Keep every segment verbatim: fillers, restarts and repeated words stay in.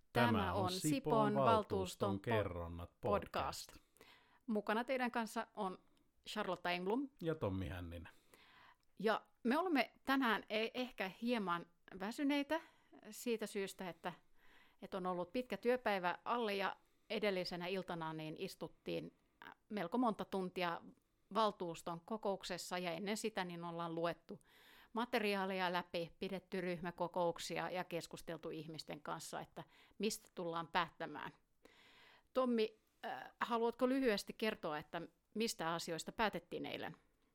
Tämä on Sipoon valtuuston kerronnat podcast. podcast. Mukana teidän kanssa on Charlotte Engblom ja Tommi Hänninen. Ja me olemme tänään ehkä hieman väsyneitä siitä syystä, että, että on ollut pitkä työpäivä alle ja edellisenä iltana niin istuttiin melko monta tuntia valtuuston kokouksessa ja ennen sitä niin ollaan luettu materiaalia läpi, pidetty ryhmäkokouksia ja keskusteltu ihmisten kanssa, että mistä tullaan päättämään. Tommi, äh, haluatko lyhyesti kertoa, että mistä asioista päätettiin eilen?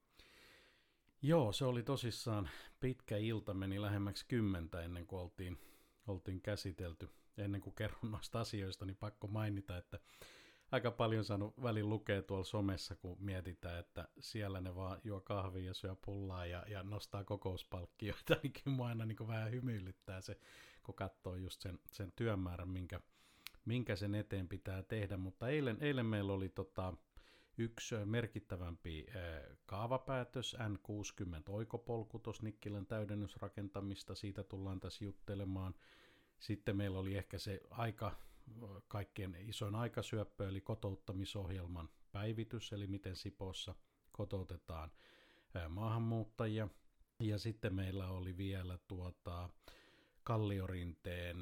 Joo, se oli tosissaan pitkä ilta, meni lähemmäksi kymmentä ennen kuin oltiin, oltiin käsitelty. Ennen kuin kerron noista asioista, niin pakko mainita, että aika paljon saanut välin lukea tuolla somessa, kun mietitään, että siellä ne vaan juo kahvia ja syö pullaa ja, ja nostaa kokouspalkkioita, niin kyllä mua aina niin vähän hymyilyttää se, kun katsoo just sen, sen työmäärän, minkä, minkä sen eteen pitää tehdä. Mutta eilen, eilen meillä oli tota, yksi merkittävämpi äh, kaavapäätös, N kuusikymmentä oikopolku tuossa Nikkilän täydennysrakentamista, siitä tullaan tässä juttelemaan. Sitten meillä oli ehkä se aika, kaikkien isoin aikasyöppö, eli kotouttamisohjelman päivitys, eli miten Sipoossa kotoutetaan maahanmuuttajia. Ja sitten meillä oli vielä tuota Kalliorinteen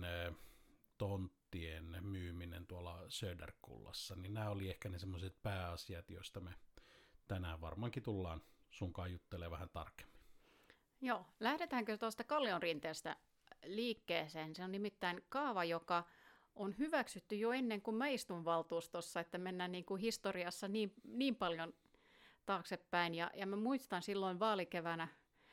tonttien myyminen tuolla Söderkullassa. Niin nämä oli ehkä ne semmoiset pääasiat, joista me tänään varmaankin tullaan sunkaan juttelemaan vähän tarkemmin. Joo, lähdetäänkö tuosta Kalliorinteestä liikkeeseen? Se on nimittäin kaava, joka on hyväksytty jo ennen kuin mä istun valtuustossa, että mennään niin kuin historiassa niin, niin paljon taaksepäin. Ja, ja mä muistan silloin vaalikevänä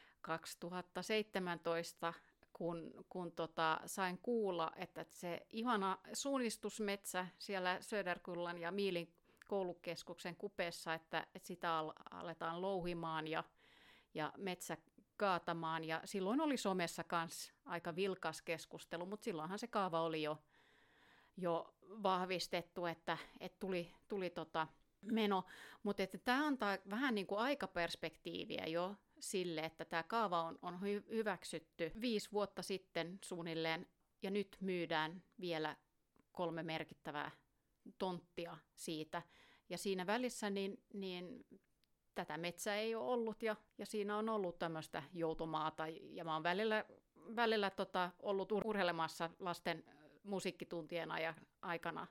kaksituhattaseitsemäntoista, kun, kun tota, sain kuulla, että se ihana suunnistusmetsä siellä Söderkullan ja Miilin koulukeskuksen kupeessa, että, että sitä aletaan louhimaan ja, ja metsä kaatamaan. Ja silloin oli somessa kanssa aika vilkas keskustelu, mutta silloinhan se kaava oli jo jo vahvistettu, että, että tuli, tuli tota meno, mutta että tämä antaa vähän niin kuin aikaperspektiiviä jo sille, että tämä kaava on, on hy- hyväksytty viisi vuotta sitten suunnilleen, ja nyt myydään vielä kolme merkittävää tonttia siitä, ja siinä välissä niin, niin tätä metsää ei ole ollut, ja, ja siinä on ollut tämmöistä joutomaata, ja mä oon välillä, välillä tota, ollut urheilemassa lasten musiikkituntien aikana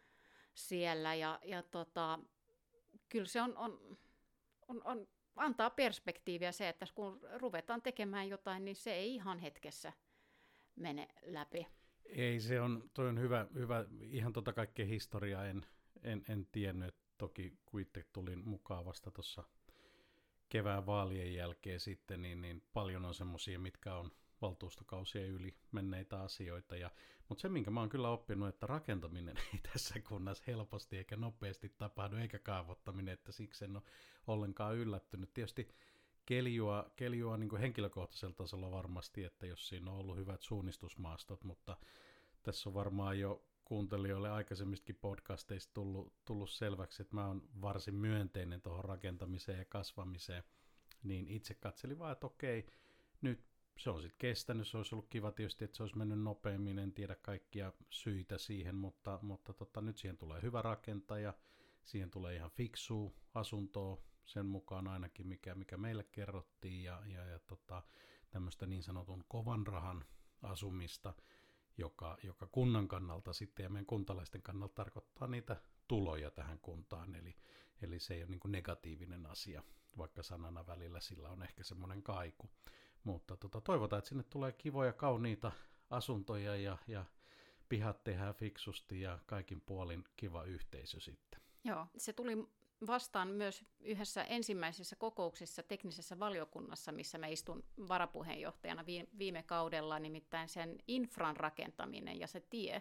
siellä, ja, ja tota, kyllä se on, on, on, on, antaa perspektiiviä se, että kun ruvetaan tekemään jotain, niin se ei ihan hetkessä mene läpi. Ei, se on, toi on hyvä, hyvä ihan tota kaikkea historiaa en, en, en tiennyt, toki kun itse tulin mukaan vasta tuossa kevään vaalien jälkeen sitten, niin, niin paljon on semmoisia, mitkä on valtuustokausien yli menneitä asioita. Ja, mutta se, minkä mä oon kyllä oppinut, että rakentaminen ei tässä kunnassa helposti eikä nopeasti tapahdu, eikä kaavoittaminen, että siksi en ole ollenkaan yllättynyt. Tietysti keljua, keljua niin kuin henkilökohtaisella tasolla varmasti, että jos siinä on ollut hyvät suunnistusmaastot, mutta tässä on varmaan jo kuuntelijoille aikaisemmistakin podcasteista tullut, tullut selväksi, että mä oon varsin myönteinen tuohon rakentamiseen ja kasvamiseen, niin itse katselin vaan, että okei, nyt se on sitten kestänyt, se olisi ollut kiva tietysti, että se olisi mennyt nopeammin, en tiedä kaikkia syitä siihen, mutta, mutta tota, nyt siihen tulee hyvä rakentaja, siihen tulee ihan fiksua asuntoa, sen mukaan ainakin mikä, mikä meille kerrottiin, ja, ja, ja tota, tämmöistä niin sanotun kovan rahan asumista, joka, joka kunnan kannalta sitten ja meidän kuntalaisten kannalta tarkoittaa niitä tuloja tähän kuntaan, eli, eli se ei ole niin kuin negatiivinen asia, vaikka sanana välillä sillä on ehkä semmoinen kaiku. Mutta tota, toivotaan, että sinne tulee kivoja, kauniita asuntoja ja, ja pihat tehdään fiksusti ja kaikin puolin kiva yhteisö sitten. Joo, se tuli vastaan myös yhdessä ensimmäisissä kokouksissa teknisessä valiokunnassa, missä mä istun varapuheenjohtajana viime kaudella, nimittäin sen infran rakentaminen ja se tie,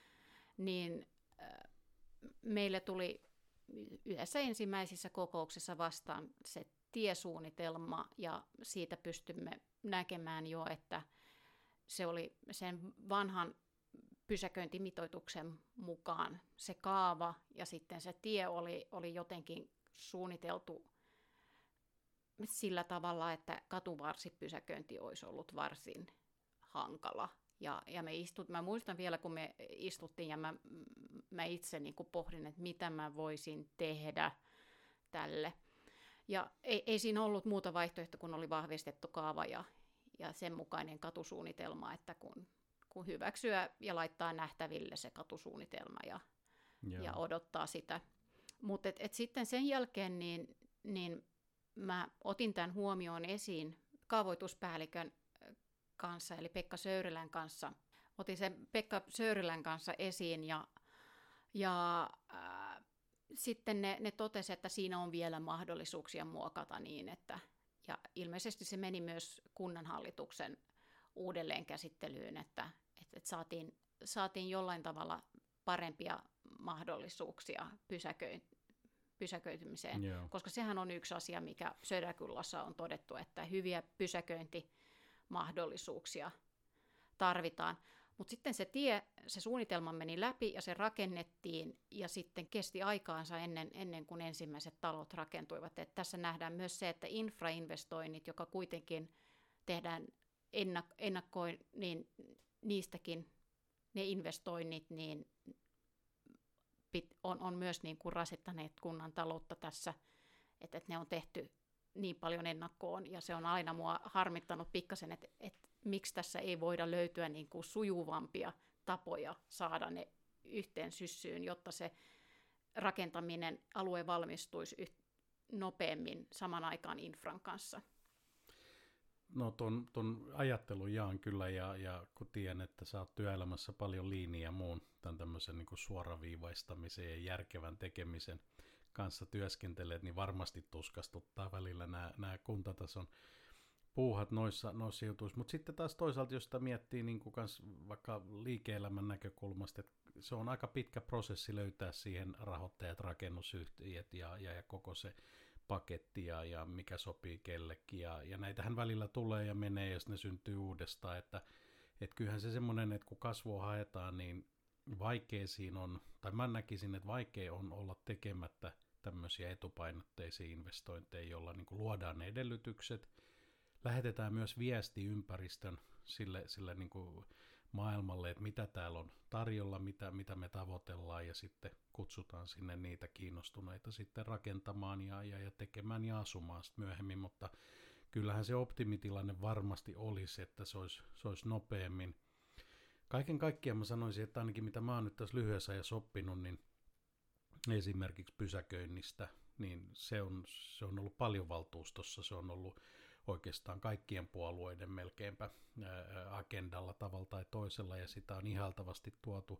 niin meille tuli yhdessä ensimmäisissä kokouksissa vastaan se tiesuunnitelma, ja siitä pystymme näkemään jo, että se oli sen vanhan pysäköintimitoituksen mukaan se kaava, ja sitten se tie oli, oli jotenkin suunniteltu sillä tavalla, että katuvarsipysäköinti olisi ollut varsin hankala Ja, ja me istut, mä muistan vielä, kun me istuttiin ja mä, mä itse niin kuin pohdin, että mitä mä voisin tehdä tälle. Ja ei, ei siinä ollut muuta vaihtoehtoa, kun oli vahvistettu kaava ja, ja sen mukainen katusuunnitelma, että kun, kun hyväksyä ja laittaa nähtäville se katusuunnitelma ja, ja odottaa sitä. Mutta et, et sitten sen jälkeen niin, niin mä otin tämän huomioon esiin kaavoituspäällikön kanssa, eli Pekka Söyrylän kanssa. Otin sen Pekka Söyrylän kanssa esiin ja, ja äh, sitten ne, ne totesi, että siinä on vielä mahdollisuuksia muokata niin, että ja ilmeisesti se meni myös kunnanhallituksen uudelleenkäsittelyyn, että, että, että saatiin, saatiin jollain tavalla parempia mahdollisuuksia pysäköin, pysäköitymiseen, Joo. koska sehän on yksi asia, mikä Söderkullassa on todettu, että hyviä pysäköintimahdollisuuksia tarvitaan. Mutta sitten se tie, se suunnitelma meni läpi ja se rakennettiin ja sitten kesti aikaansa ennen, ennen kuin ensimmäiset talot rakentuivat. Et tässä nähdään myös se, että infrainvestoinnit, joka kuitenkin tehdään ennak- ennakkoin, niin niistäkin ne investoinnit niin on, on myös niin kuin rasittaneet kunnan taloutta tässä, että, että ne on tehty niin paljon ennakkoon ja se on aina mua harmittanut pikkasen, että, että miksi tässä ei voida löytyä niin kuin sujuvampia tapoja saada ne yhteen syssyyn, jotta se rakentaminen, alue valmistuisi yht, nopeammin saman aikaan infran kanssa. No ton, ton ajattelun jaan kyllä ja, ja kun tiedän, että sä oot työelämässä paljon liiniä ja muun tämän tämmöisen niin kuin suoraviivaistamisen ja järkevän tekemisen kanssa työskentelet, niin varmasti tuskastuttaa välillä nämä, nämä kuntatason puuhat noissa, noissa jutuissa. Mutta sitten taas toisaalta, jos sitä miettii niin kuin kans vaikka liike-elämän näkökulmasta, että se on aika pitkä prosessi löytää siihen rahoittajat, rakennusyhtiöt ja, ja, ja koko se paketti ja, ja mikä sopii kellekin. Ja, ja näitähän välillä tulee ja menee ja ne syntyy uudestaan. Että et kyllähän se semmoinen, että kun kasvua haetaan, niin vaikea siinä on, tai mä näkisin, että vaikea on olla tekemättä tämmöisiä etupainotteisia investointeja, joilla niin kuin luodaan ne edellytykset. Lähetetään myös viesti ympäristön sille, sille niin kuin maailmalle, että mitä täällä on tarjolla, mitä, mitä me tavoitellaan, ja sitten kutsutaan sinne niitä kiinnostuneita sitten rakentamaan ja, ja, ja tekemään ja asumaan sitten myöhemmin, mutta kyllähän se optimitilanne varmasti olisi, että se olisi, se olisi nopeammin. Kaiken kaikkiaan mä sanoisin, että ainakin mitä mä oon nyt tässä lyhyessä ajassa oppinut, niin esimerkiksi pysäköinnistä, niin se on, se on ollut paljon valtuustossa, se on ollut oikeastaan kaikkien puolueiden melkeinpä agendalla tavalla tai toisella, ja sitä on ihaltavasti tuotu.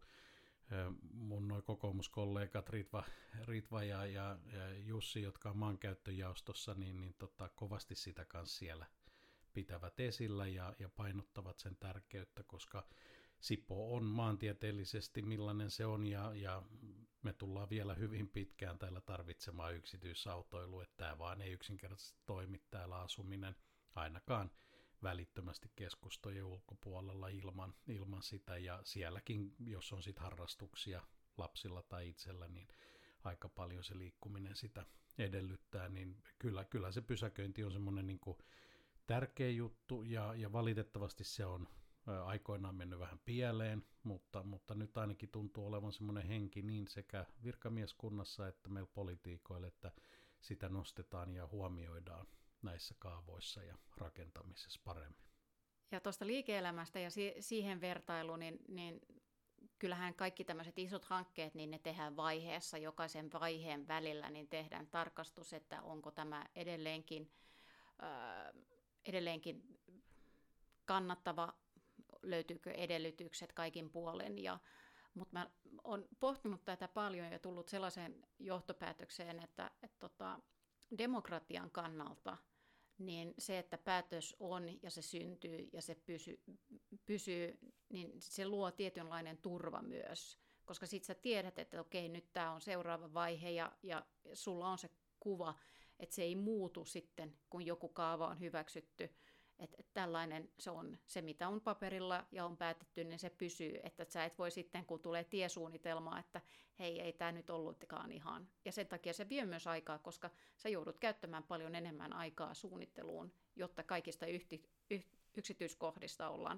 Mun noi kokoomuskollegat Ritva, Ritva ja, ja, ja Jussi, jotka on maankäyttöjaostossa, niin, niin tota, kovasti sitä kanssa siellä pitävät esillä ja, ja painottavat sen tärkeyttä, koska Sipoo on maantieteellisesti millainen se on, ja, ja me tullaan vielä hyvin pitkään täällä tarvitsemaan yksityisautoilua, että tämä vaan ei yksinkertaisesti toimi täällä asuminen, ainakaan välittömästi keskustojen ulkopuolella ilman, ilman sitä, ja sielläkin, jos on sitten harrastuksia lapsilla tai itsellä, niin aika paljon se liikkuminen sitä edellyttää, niin kyllä, kyllä se pysäköinti on semmoinen niin kuin tärkeä juttu, ja, ja valitettavasti se on aikoinaan mennyt vähän pieleen, mutta, mutta nyt ainakin tuntuu olevan semmoinen henki niin sekä virkamieskunnassa että meillä politiikoilla, että sitä nostetaan ja huomioidaan näissä kaavoissa ja rakentamisessa paremmin. Ja tuosta liike-elämästä ja si- siihen vertailuun, niin, niin kyllähän kaikki tämmöiset isot hankkeet, niin ne tehdään vaiheessa, jokaisen vaiheen välillä, niin tehdään tarkastus, että onko tämä edelleenkin, äh, edelleenkin kannattava, löytyykö edellytykset kaikin puolen. Ja, mutta mä oon pohtinut tätä paljon ja tullut sellaiseen johtopäätökseen, että, että tota, demokratian kannalta niin se, että päätös on ja se syntyy ja se pysy, pysyy, niin se luo tietynlainen turva myös. Koska sit sä tiedät, että okei, nyt tämä on seuraava vaihe ja, ja sulla on se kuva, että se ei muutu sitten, kun joku kaava on hyväksytty. Että tällainen se on se, mitä on paperilla ja on päätetty, niin se pysyy. Että sä et voi sitten, kun tulee tiesuunnitelma, että hei, ei tämä nyt ollutkaan ihan. Ja sen takia se vie myös aikaa, koska sä joudut käyttämään paljon enemmän aikaa suunnitteluun, jotta kaikista yhti, yh, yksityiskohdista ollaan,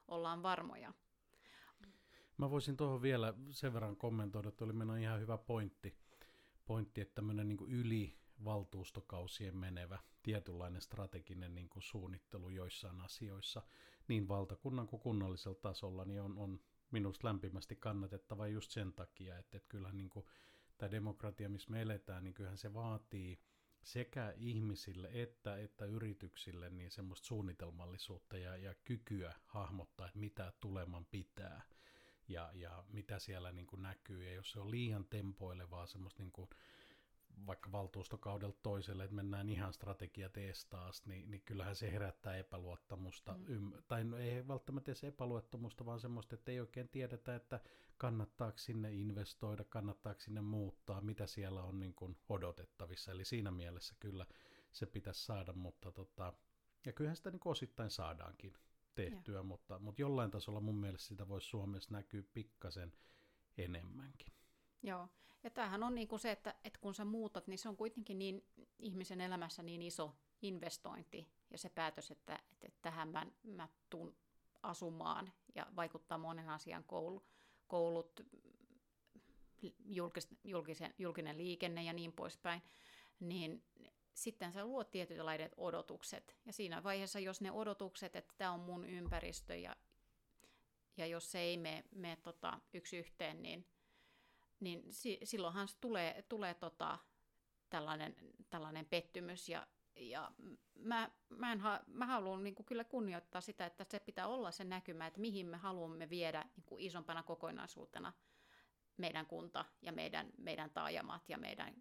ollaan varmoja. Mä voisin tuohon vielä sen verran kommentoida, että oli meillä ihan hyvä pointti, pointti että tämmöinen niin kuin yli valtuustokausien menevä tietynlainen strateginen niin kuin suunnittelu joissain asioissa, niin valtakunnan kuin kunnallisella tasolla, niin on, on minusta lämpimästi kannatettava just sen takia, että, että kyllähän niin kuin tämä demokratia, missä me eletään, niin kyllähän se vaatii sekä ihmisille että, että yrityksille niin semmoista suunnitelmallisuutta ja, ja kykyä hahmottaa, että mitä tuleman pitää ja, ja mitä siellä niin kuin näkyy. Ja jos se on liian tempoilevaa semmoista niin kuin vaikka valtuustokaudelta toiselle, että mennään ihan strategiat ees taas, niin, niin kyllähän se herättää epäluottamusta. Mm. Ym, tai no, ei välttämättä edes epäluottamusta, vaan semmoista, että ei oikein tiedetä, että kannattaako sinne investoida, kannattaako sinne muuttaa, mitä siellä on niin kuin odotettavissa. Eli siinä mielessä kyllä se pitäisi saada, mutta tota, ja kyllähän sitä niin kuin osittain saadaankin tehtyä, mutta, mutta jollain tasolla mun mielestä sitä voisi Suomessa näkyä pikkasen enemmänkin. Joo, ja tämähän on niin kuin se, että, että kun sä muutat, niin se on kuitenkin niin ihmisen elämässä niin iso investointi ja se päätös, että, että, että tähän mä, mä tuun asumaan ja vaikuttaa monen asian koulu, koulut, julkis, julkisen, julkinen liikenne ja niin poispäin, niin sitten sä luot tietynlaiset odotukset. Ja siinä vaiheessa, jos ne odotukset, että tämä on mun ympäristö ja, ja jos se ei mene, mene tota, yksi yhteen, niin niin si- silloinhan tulee, tulee tota, tällainen, tällainen pettymys. Ja, ja mä, mä, en ha- mä haluan niin kuin kyllä kunnioittaa sitä, että se pitää olla se näkymä, että mihin me haluamme viedä niin kuin isompana kokonaisuutena meidän kunta ja meidän, meidän taajamat ja meidän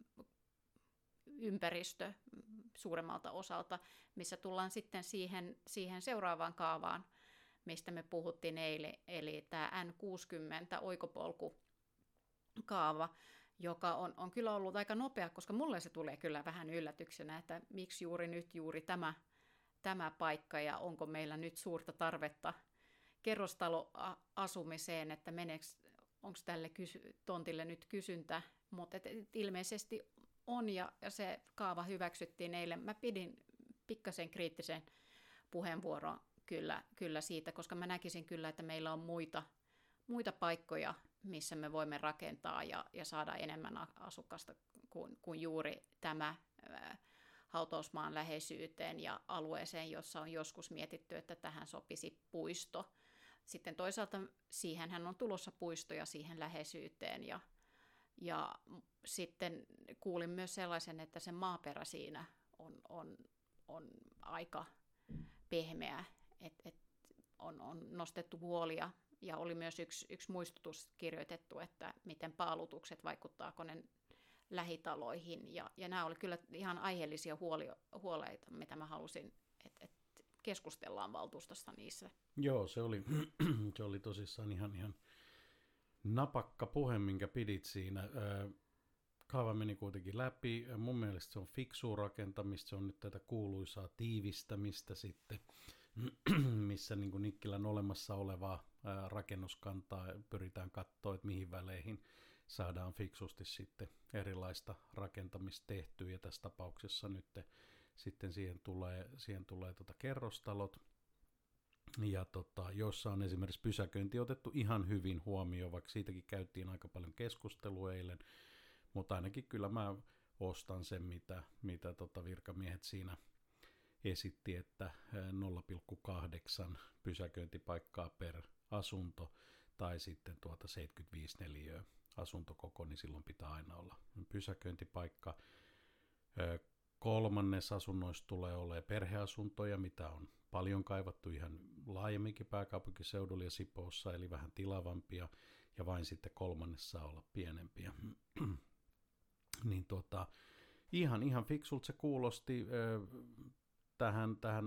ympäristö suuremmalta osalta, missä tullaan sitten siihen, siihen seuraavaan kaavaan, mistä me puhuttiin eilen, eli tämä N kuusikymmentä oikopolku kaava, joka on, on kyllä ollut aika nopea, koska mulle se tulee kyllä vähän yllätyksenä, että miksi juuri nyt juuri tämä, tämä paikka ja onko meillä nyt suurta tarvetta kerrostaloasumiseen, että onko tälle kysy- tontille nyt kysyntä, mutta et, et ilmeisesti on ja, ja se kaava hyväksyttiin eilen. Mä pidin pikkasen kriittisen puheenvuoron kyllä, kyllä siitä, koska mä näkisin kyllä, että meillä on muita, muita paikkoja, missä me voimme rakentaa ja, ja saada enemmän asukasta kuin, kuin juuri tämä ää, hautausmaan läheisyyteen ja alueeseen, jossa on joskus mietitty, että tähän sopisi puisto. Sitten toisaalta siihenhän on tulossa puistoja siihen läheisyyteen ja, ja sitten kuulin myös sellaisen, että se maaperä siinä on, on, on aika pehmeä, että et on, on nostettu huolia. Ja oli myös yksi, yksi muistutus kirjoitettu, että miten paalutukset vaikuttaako ne lähitaloihin. Ja, ja nämä oli kyllä ihan aiheellisia huoli, huoleita, mitä mä halusin, että et keskustellaan valtuustosta niissä. Joo, se oli, se oli tosissaan ihan, ihan napakka puhe, minkä pidit siinä. Kaava meni kuitenkin läpi. Mun mielestä se on fiksua rakentamista, se on nyt tätä kuuluisaa tiivistämistä sitten, missä niin kuin Nikkilän olemassa olevaa ää, rakennuskantaa pyritään katsoa, että mihin väleihin saadaan fiksusti sitten erilaista rakentamista tehtyä, ja tässä tapauksessa nyt sitten siihen tulee, siihen tulee tota kerrostalot, ja tota, jossa on esimerkiksi pysäköinti otettu ihan hyvin huomioon, vaikka siitäkin käytiin aika paljon keskustelua eilen, mutta ainakin kyllä mä ostan sen, mitä, mitä tota virkamiehet siinä esitti, että nolla pilkku kahdeksan pysäköintipaikkaa per asunto tai sitten tuota seitsemänkymmentäviisi neliöä asuntokoko, niin silloin pitää aina olla pysäköintipaikka. Kolmannes asunnoista tulee olemaan perheasuntoja, mitä on paljon kaivattu ihan laajemminkin pääkaupunkiseudulla ja Sipoossa, eli vähän tilavampia, ja vain sitten kolmannes saa olla pienempiä. niin tuota, ihan, ihan fiksulta se kuulosti tähän, tähän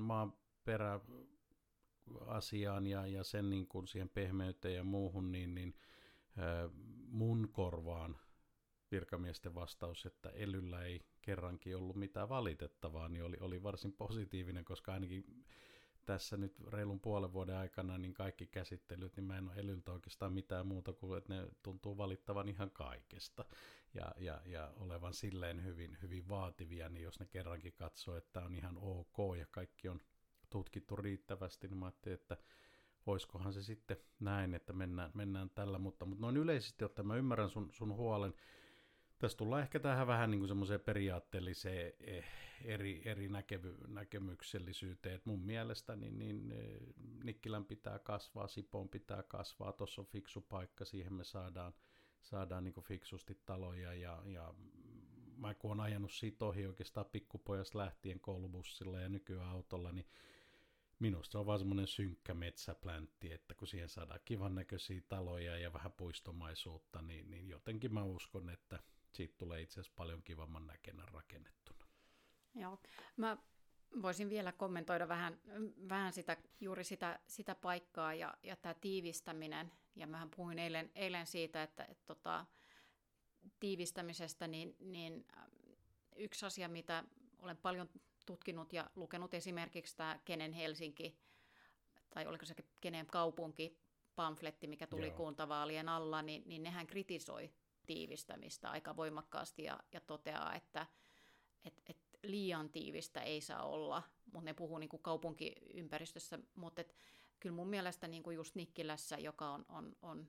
maaperäasiaan ja, ja sen niin kuin siihen pehmeyteen ja muuhun, niin, niin ää, mun korvaan virkamiesten vastaus, että Elyllä ei kerrankin ollut mitään valitettavaa, niin oli, oli varsin positiivinen, koska ainakin tässä nyt reilun puolen vuoden aikana niin kaikki käsittelyt, niin mä en ole Elyltä oikeastaan mitään muuta kuin, että ne tuntuu valittavan ihan kaikesta ja, ja, ja olevan silleen hyvin, hyvin vaativia, niin jos ne kerrankin katsoo, että on ihan ok ja kaikki on tutkittu riittävästi, niin mä ajattelin, että oiskohan se sitten näin, että mennään, mennään tällä, mutta, mutta noin yleisesti ottaen mä ymmärrän sun, sun huolen. Tässä tullaan ehkä tähän vähän niin kuin semmoiseen periaatteelliseen eri, eri näkevy, näkemyksellisyyteen. Et mun mielestä niin, niin, Nikkilän pitää kasvaa, Sipoon pitää kasvaa, tuossa on fiksu paikka, siihen me saadaan, saadaan niin kuin fiksusti taloja. Ja, ja mä kun olen ajanut siitä ohi oikeastaan pikkupojasta lähtien koulubussilla ja nykyään autolla, niin minusta se on vaan semmoinen synkkä metsäpläntti, että kun siihen saadaan kivan näköisiä taloja ja vähän puistomaisuutta, niin, niin jotenkin mä uskon, että siitä tulee itse asiassa paljon kivamman näköinen rakennettuna. Joo, mä voisin vielä kommentoida vähän, vähän sitä, juuri sitä, sitä paikkaa ja, ja tämä tiivistäminen. Ja mähän puhuin eilen, eilen siitä, että et, tota, tiivistämisestä, niin, niin yksi asia, mitä olen paljon tutkinut ja lukenut esimerkiksi tämä Kenen Helsinki, tai oliko se Kenen kaupunki, pamfletti, mikä tuli Joo. kuntavaalien alla, niin, niin nehän kritisoi tiivistämistä aika voimakkaasti ja, ja toteaa, että et, et liian tiivistä ei saa olla, mutta ne puhuu niin kuin kaupunkiympäristössä, mutta et, kyllä mun mielestä niin kuin just Nikkilässä, joka on, on, on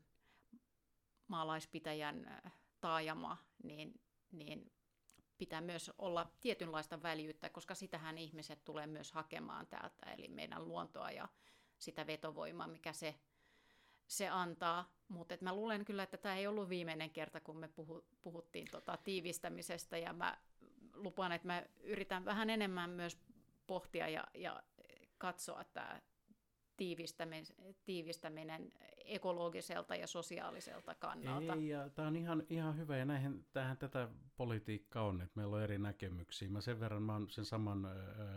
maalaispitäjän taajama, niin, niin pitää myös olla tietynlaista väljyyttä, koska sitähän ihmiset tulee myös hakemaan täältä, eli meidän luontoa ja sitä vetovoimaa, mikä se, se antaa. Mutta mä luulen kyllä, että tämä ei ollut viimeinen kerta, kun me puhu, puhuttiin tota tiivistämisestä, ja mä lupaan, että mä yritän vähän enemmän myös pohtia ja, ja katsoa tämä tiivistäminen, tiivistäminen ekologiselta ja sosiaaliselta kannalta. Ei, ja tämä on ihan, ihan hyvä, ja näinhän, tämähän tätä politiikkaa on, että meillä on eri näkemyksiä. Mä sen verran, mä oon sen saman ö,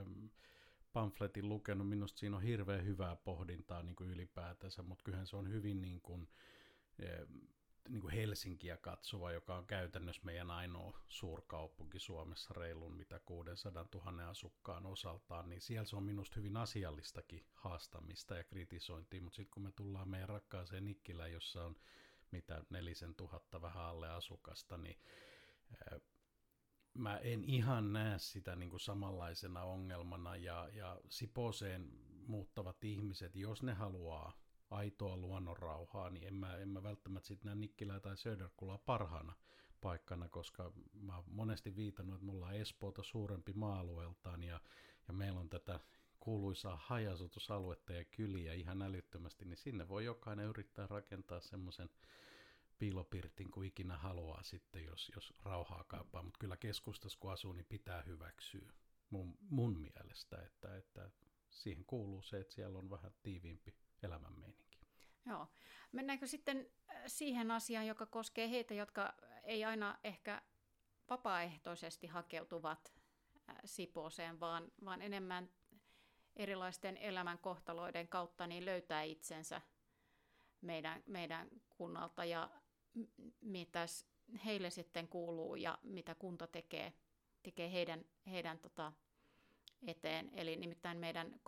pamfletin lukenut, minusta siinä on hirveän hyvää pohdintaa niin kuin ylipäätänsä, mutta kyllähän se on hyvin niin kuin, ö, niin kuin Helsinkiä katsova, joka on käytännössä meidän ainoa suurkaupunki Suomessa reilun mitä kuusisataatuhatta asukkaan osaltaan, niin siellä se on minusta hyvin asiallistakin haastamista ja kritisointia, mutta sitten kun me tullaan meidän rakkaaseen Nikkilään, jossa on mitä nelisen tuhatta vähän alle asukasta, niin ää, mä en ihan näe sitä niin kuin samanlaisena ongelmana, ja, ja Sipooseen muuttavat ihmiset, jos ne haluaa aitoa luonnonrauhaa, niin en mä, en mä välttämättä sitten näe Nikkilää tai Söderkulaa parhaana paikkana, koska mä oon monesti viitannut, että me ollaan Espoota suurempi maa-alueeltaan, ja, ja meillä on tätä kuuluisaa haja-asutusaluetta ja kyliä ihan älyttömästi, niin sinne voi jokainen yrittää rakentaa semmoisen piilopirtin kuin ikinä haluaa sitten, jos, jos rauhaa kaipaa, mutta kyllä keskustassa kun asuu, niin pitää hyväksyä mun, mun mielestä, että, että siihen kuuluu se, että siellä on vähän tiiviimpi elämänmeininki. Joo. Mennäänkö sitten siihen asiaan, joka koskee heitä, jotka ei aina ehkä vapaaehtoisesti hakeutuvat Sipooseen, vaan, vaan enemmän erilaisten elämänkohtaloiden kautta niin löytää itsensä meidän, meidän kunnalta, ja mitä heille sitten kuuluu ja mitä kunta tekee, tekee heidän, heidän tota eteen, eli nimittäin meidän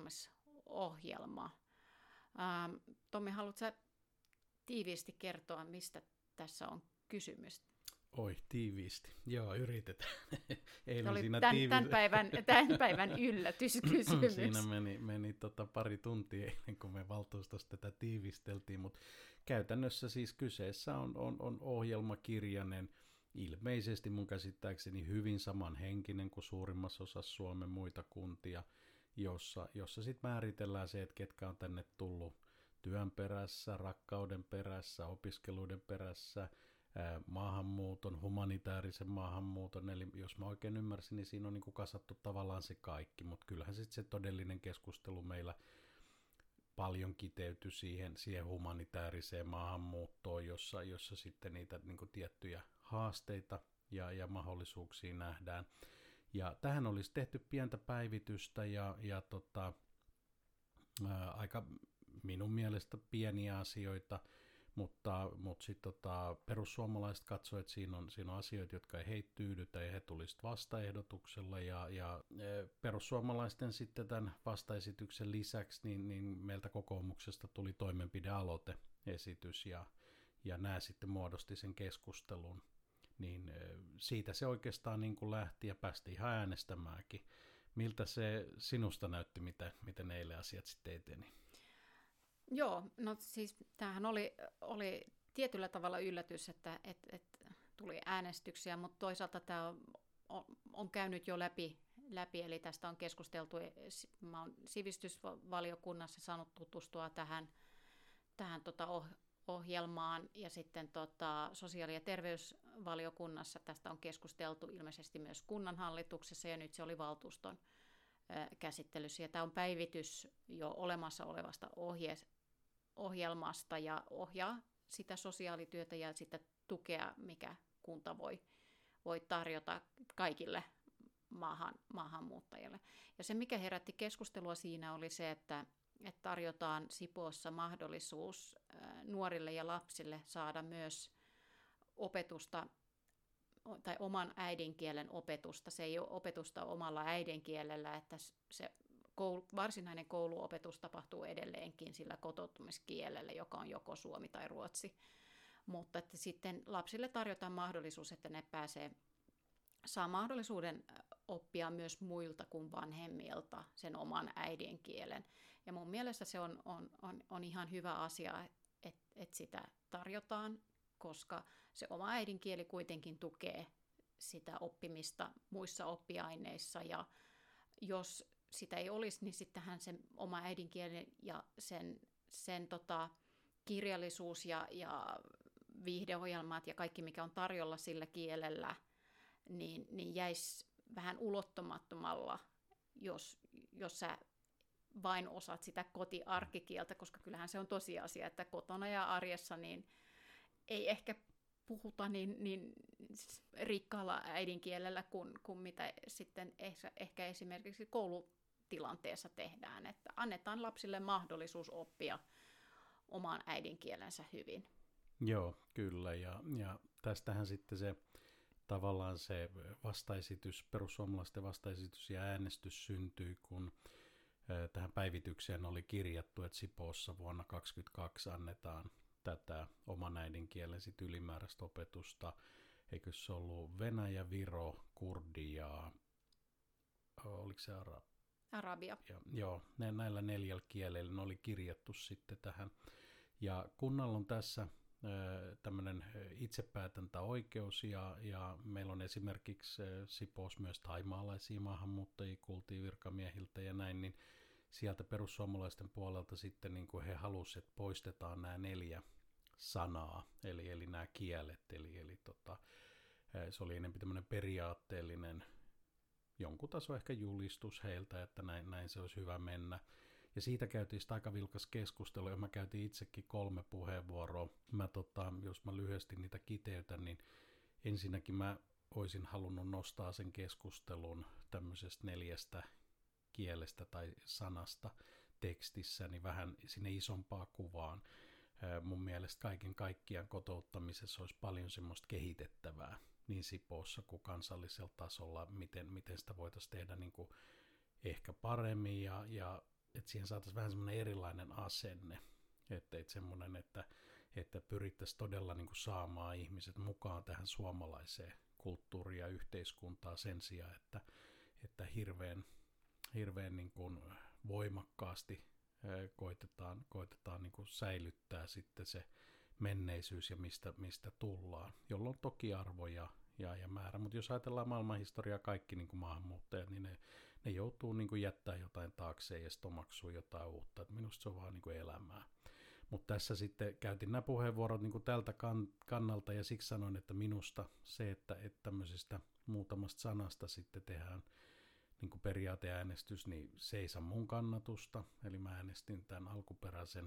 kotoutumisohjelma. Ähm, Tommi, haluatko sä tiiviisti kertoa, mistä tässä on kysymys? Oi, tiiviisti. Joo, yritetään. Eilen oli siinä tämän, tiivis... tämän, päivän, tämän päivän yllätyskysymys. Siinä meni, meni tota pari tuntia eilen, kun me valtuustossa tätä tiivisteltiin, mutta käytännössä siis kyseessä on, on, on ohjelmakirjainen, ilmeisesti mun käsittääkseni hyvin samanhenkinen kuin suurimmassa osassa Suomen muita kuntia, jossa, jossa sitten määritellään se, että ketkä on tänne tullut työn perässä, rakkauden perässä, opiskeluiden perässä, ää, maahanmuuton, humanitaarisen maahanmuuton, eli jos mä oikein ymmärsin, niin siinä on niin kuin kasattu tavallaan se kaikki, mutta kyllähän sitten se todellinen keskustelu meillä paljon kiteytyi siihen, siihen humanitaariseen maahanmuuttoon, jossa, jossa sitten niitä niin kuin tiettyjä haasteita ja, ja mahdollisuuksia nähdään. Ja tähän olisi tehty pientä päivitystä ja, ja tota, ää, aika minun mielestä pieniä asioita, mutta, mutta sitten tota, perussuomalaiset katsoivat, että siinä on, siinä on asioita, jotka ei heitä tyydytä ja he tulisivat vastaehdotuksella, ja, ja perussuomalaisten sitten tämän vastaesityksen lisäksi niin, niin meiltä kokoomuksesta tuli toimenpidealoiteesitys, ja, ja nämä sitten muodosti sen keskustelun. Niin siitä se oikeastaan niin kuin lähti ja päästi ihan äänestämäänkin. Miltä se sinusta näytti, mitä, miten eilen asiat sitten eteni? Joo, no siis tämähän oli, oli tietyllä tavalla yllätys, että et, et tuli äänestyksiä, mutta toisaalta tämä on, on, on käynyt jo läpi, läpi, eli tästä on keskusteltu. Mä olen sivistysvaliokunnassa saanut tutustua tähän, tähän tota ohjelmaan, ja sitten tota sosiaali- ja terveysvaliokunnassa tästä on keskusteltu ilmeisesti myös kunnanhallituksessa, ja nyt se oli valtuuston käsittelyssä. Ja tämä on päivitys jo olemassa olevasta ohje, ohjelmasta ja ohjaa sitä sosiaalityötä ja sitä tukea, mikä kunta voi, voi tarjota kaikille maahan, maahanmuuttajille. Ja se, mikä herätti keskustelua siinä, oli se, että, että tarjotaan Sipoossa mahdollisuus nuorille ja lapsille saada myös opetusta tai oman äidinkielen opetusta. Se ei ole opetusta omalla äidinkielellä, että se koulu, varsinainen kouluopetus tapahtuu edelleenkin sillä kotoutumiskielellä, joka on joko suomi tai ruotsi. Mutta että sitten lapsille tarjotaan mahdollisuus, että ne pääsee, saa mahdollisuuden oppia myös muilta kuin vanhemmilta sen oman äidinkielen. Ja mun mielestä se on, on, on, on ihan hyvä asia, että, että sitä tarjotaan, koska se oma äidinkieli kuitenkin tukee sitä oppimista muissa oppiaineissa, ja jos sitä ei olisi, niin sittenhän se oma äidinkieli ja sen, sen tota, kirjallisuus ja, ja viihdeohjelmat ja kaikki, mikä on tarjolla sillä kielellä, niin, niin jäisi vähän ulottumattomalla, jos, jos sä vain osaat sitä kotiarkikieltä, koska kyllähän se on tosiasia, että kotona ja arjessa niin ei ehkä puhuta niin, niin rikkaalla äidinkielellä kuin, kuin mitä sitten ehkä, ehkä esimerkiksi koulutilanteessa tehdään, että annetaan lapsille mahdollisuus oppia oman äidinkielensä hyvin. Joo, kyllä, ja, ja tästähän sitten se tavallaan se vastaesitys, perussuomalaisten vastaesitys ja äänestys syntyi, kun tähän päivitykseen oli kirjattu, että Sipoossa vuonna kaksituhattakaksikymmentäkaksi annetaan tätä oman äidinkielen sit ylimääräistä opetusta. Eikö se ollut Venäjä, Viro, kurdi ja oliko se Arabia? Arabia. Ja, joo, ne, näillä neljällä kielellä ne oli kirjattu sitten tähän. Ja kunnalla on tässä tämmöinen itsepäätäntäoikeus, ja, ja meillä on esimerkiksi Sipoossa myös thaimaalaisia maahanmuuttajia, kuultiin virkamiehiltä ja näin, niin sieltä perussuomalaisten puolelta sitten niin kuin he halusivat, että poistetaan nämä neljä sanaa, eli, eli nämä kielet, eli, eli tota, se oli enemmän tämmöinen periaatteellinen jonkun taso ehkä julistus heiltä, että näin, näin se olisi hyvä mennä. Ja siitä käytiin sitä aika vilkas keskustelu, ja mä käytin itsekin kolme puheenvuoroa. Mä, tota, jos mä lyhyesti niitä kiteytän, niin ensinnäkin mä olisin halunnut nostaa sen keskustelun tämmöisestä neljästä kielestä tai sanasta tekstissä, niin vähän sinne isompaa kuvaan. Mun mielestä kaiken kaikkiaan kotouttamisessa olisi paljon semmoista kehitettävää niin Sipoossa kuin kansallisella tasolla, miten, miten sitä voitaisiin tehdä niin kuin ehkä paremmin, ja, ja että siihen saataisiin vähän semmoinen erilainen asenne, että, että semmoinen, että, että pyrittäisiin todella niin kuin saamaan ihmiset mukaan tähän suomalaiseen kulttuuriin ja yhteiskuntaan sen sijaan, että, että hirveän, hirveän niin kuin voimakkaasti koitetaan, koitetaan niin kuin säilyttää sitten se menneisyys ja mistä, mistä tullaan, jolloin toki arvoja ja, ja määrä, mutta jos ajatellaan maailmanhistoriaa, kaikki niin kuin maahanmuuttajat, niin ne, ne joutuu niin kuin jättää jotain taakseen ja sitten omaksuu jotain uutta, että minusta se on vaan niin kuin elämää. Mutta tässä sitten käytin nämä puheenvuorot niin kuin tältä kan, kannalta, ja siksi sanoin, että minusta se, että, että tämmöisestä muutamasta sanasta sitten tehdään niin kuin periaateäänestys, niin se ei saa mun kannatusta, eli mä äänestin tämän alkuperäisen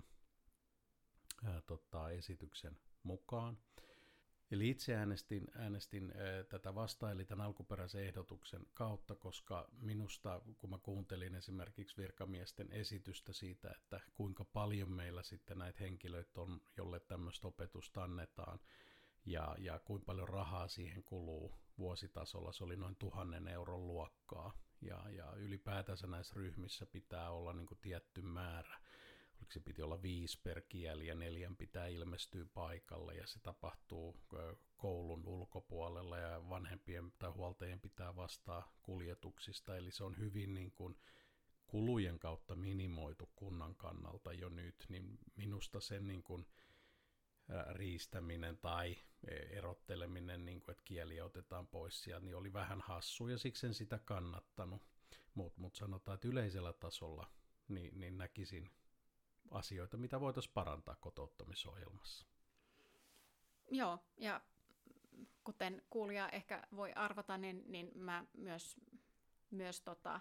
ää, tota, esityksen mukaan. Eli itse äänestin, äänestin ää, tätä vastaan, eli tämän alkuperäisen ehdotuksen kautta, koska minusta, kun mä kuuntelin esimerkiksi virkamiesten esitystä siitä, että kuinka paljon meillä sitten näitä henkilöitä on, jolle tämmöistä opetusta annetaan, ja, ja kuinka paljon rahaa siihen kuluu vuositasolla, se oli noin tuhannen euron luokkaa, ja, ja ylipäätänsä näissä ryhmissä pitää olla niin kuin tietty määrä. Oliko se piti olla viisi per kieli ja neljän pitää ilmestyä paikalle, ja se tapahtuu koulun ulkopuolella ja vanhempien tai huoltajien pitää vastaa kuljetuksista, eli se on hyvin niin kuin kulujen kautta minimoitu kunnan kannalta jo nyt, niin minusta sen niin kuin riistäminen tai erotteleminen, niin kuin, että kieliä otetaan pois sieltä, niin oli vähän hassu ja siksi en sitä kannattanut. Mutta mut sanotaan, että yleisellä tasolla niin, niin näkisin asioita, mitä voitaisiin parantaa kotouttamisohjelmassa. Joo, ja kuten kuulija ehkä voi arvata, niin, niin mä myös, myös tota,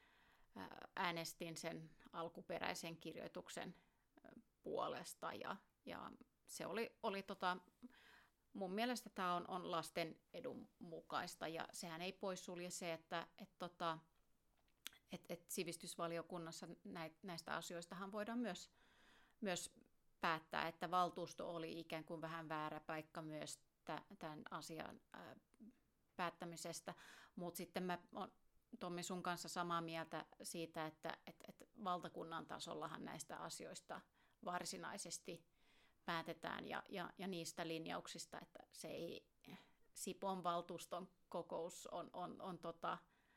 äänestin sen alkuperäisen kirjoituksen puolesta, ja, ja se oli, oli tota, mun mielestä tämä on, on lasten edun mukaista, ja sehän ei poissulje se, että et tota, et, et sivistysvaliokunnassa näistä asioistahan voidaan myös, myös päättää, että valtuusto oli ikään kuin vähän väärä paikka myös tämän asian ää, päättämisestä, mutta sitten mä oon Tommi sun kanssa samaa mieltä siitä, että et, et valtakunnan tasollahan näistä asioista varsinaisesti päätetään ja, ja, ja niistä linjauksista, että se ei, Sipoon valtuuston kokous on, on, on tota,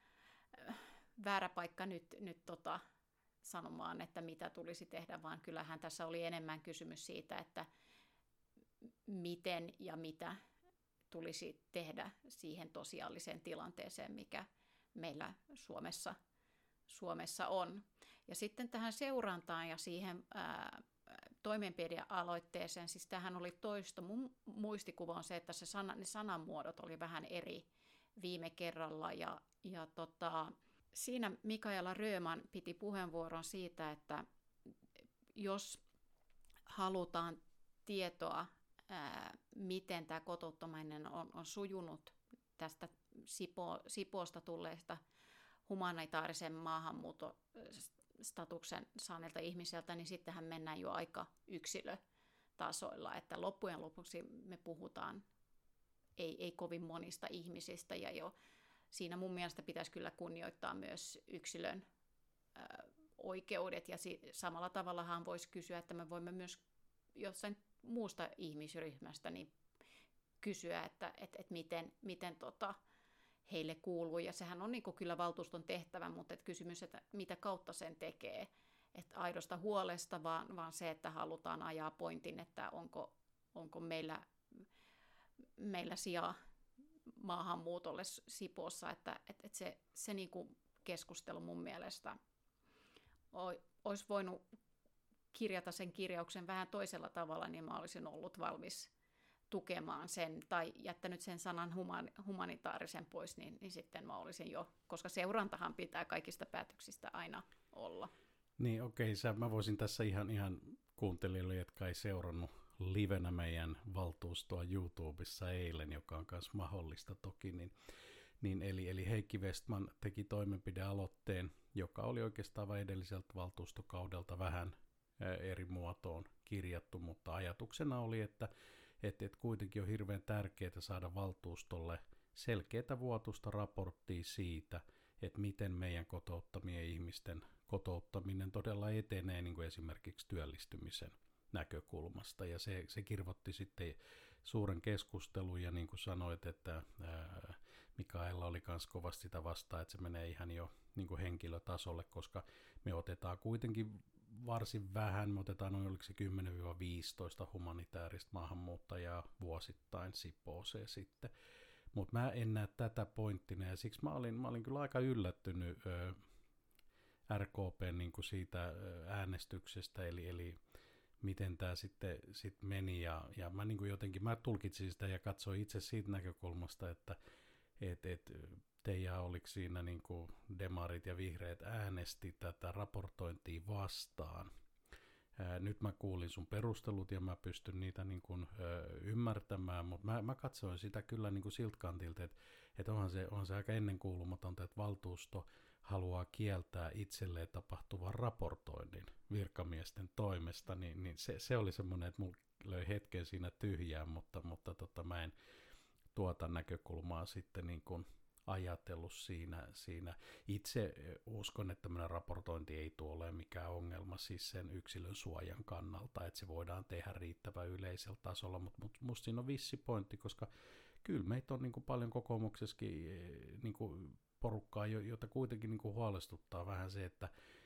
väärä paikka nyt, nyt tota, sanomaan, että mitä tulisi tehdä, vaan kyllähän tässä oli enemmän kysymys siitä, että miten ja mitä tulisi tehdä siihen tosiaaliseen tilanteeseen, mikä meillä Suomessa, Suomessa on. Ja sitten tähän seurantaan ja siihen ää, toimenpidealoitteeseen, siis tämähän oli toisto. Mun muistikuva on se, että se sana, ne sanamuodot oli vähän eri viime kerralla. Ja, ja tota, siinä Mikaela Rööman piti puheenvuoron siitä, että jos halutaan tietoa, ää, miten tämä kotouttaminen on, on sujunut tästä Sipo, Sipoosta tulleesta humanitaarisen maahanmuuton statuksen saaneelta ihmiseltä, niin sittenhän mennään jo aika yksilötasoilla, että loppujen lopuksi me puhutaan ei, ei kovin monista ihmisistä, ja jo siinä mun mielestä pitäisi kyllä kunnioittaa myös yksilön ö, oikeudet, ja si- samalla tavallahan voisi kysyä, että me voimme myös jossain muusta ihmisryhmästä niin kysyä, että et, et miten, miten tota, heille kuuluu, ja sehän on niin kuin kyllä valtuuston tehtävä, mutta et kysymys, että mitä kautta sen tekee, että aidosta huolesta, vaan, vaan se, että halutaan ajaa pointin, että onko, onko meillä, meillä sijaa maahanmuutolle Sipoossa, että et, et se, se niin kuin keskustelu mun mielestä olisi voinut kirjata sen kirjauksen vähän toisella tavalla, niin mä olisin ollut valmis tukemaan sen tai jättänyt sen sanan human, humanitaarisen pois, niin, niin sitten mä olisin jo, koska seurantahan pitää kaikista päätöksistä aina olla. Niin okei, okay, mä voisin tässä ihan, ihan kuuntelijoille, jotka ei seurannut livenä meidän valtuustoa YouTubessa eilen, joka on myös mahdollista toki, niin, niin eli, eli Heikki Westman teki toimenpidealoitteen, joka oli oikeastaan vain edelliseltä valtuustokaudelta vähän eri muotoon kirjattu, mutta ajatuksena oli, että Että et kuitenkin on hirveän tärkeää saada valtuustolle selkeää vuotuista raporttia siitä, että miten meidän kotouttamien ihmisten kotouttaminen todella etenee niin kuin esimerkiksi työllistymisen näkökulmasta. Ja se, se kirvoitti sitten suuren keskustelun, ja niin kuin sanoit, että ää, Mikaela oli myös kovasti sitä vastaan, että se menee ihan jo niin kuin henkilötasolle, koska me otetaan kuitenkin varsin vähän, me otetaan noin oliko se kymmenen viisitoista humanitaarista maahanmuuttajaa vuosittain Sipooseen sitten. Mutta mä en näe tätä pointtina, ja siksi mä olin, mä olin kyllä aika yllättynyt ö, R K P:n niin kuin siitä ö, äänestyksestä, eli, eli miten tämä sitten sit meni, ja, ja mä niin kuin jotenkin, mä tulkitsin sitä ja katsoin itse siitä näkökulmasta, että et, et, Teija, oliko siinä niin kuin demarit ja vihreät äänesti tätä raportointia vastaan. Ää, nyt mä kuulin sun perustelut ja mä pystyn niitä niin kuin, ö, ymmärtämään, mutta mä, mä katsoin sitä kyllä niin kuin siltä kantilta, että et onhan, se, onhan se aika ennenkuulumatonta, että valtuusto haluaa kieltää itselleen tapahtuvan raportoinnin virkamiesten toimesta, niin, niin se, se oli semmoinen, että mulla löi hetken siinä tyhjää, mutta, mutta tota, mä en tuota näkökulmaa sitten niin kuin ajatellut siinä, siinä. Itse uskon, että tämmöinen raportointi ei tule ole mikään ongelma siis sen yksilön suojan kannalta, että se voidaan tehdä riittävän yleisellä tasolla, mutta mut musta siinä on vissi pointti, koska kyllä meitä on niin kuin paljon kokoomuksessakin niin kuin porukkaa, jota kuitenkin niin kuin huolestuttaa vähän se, että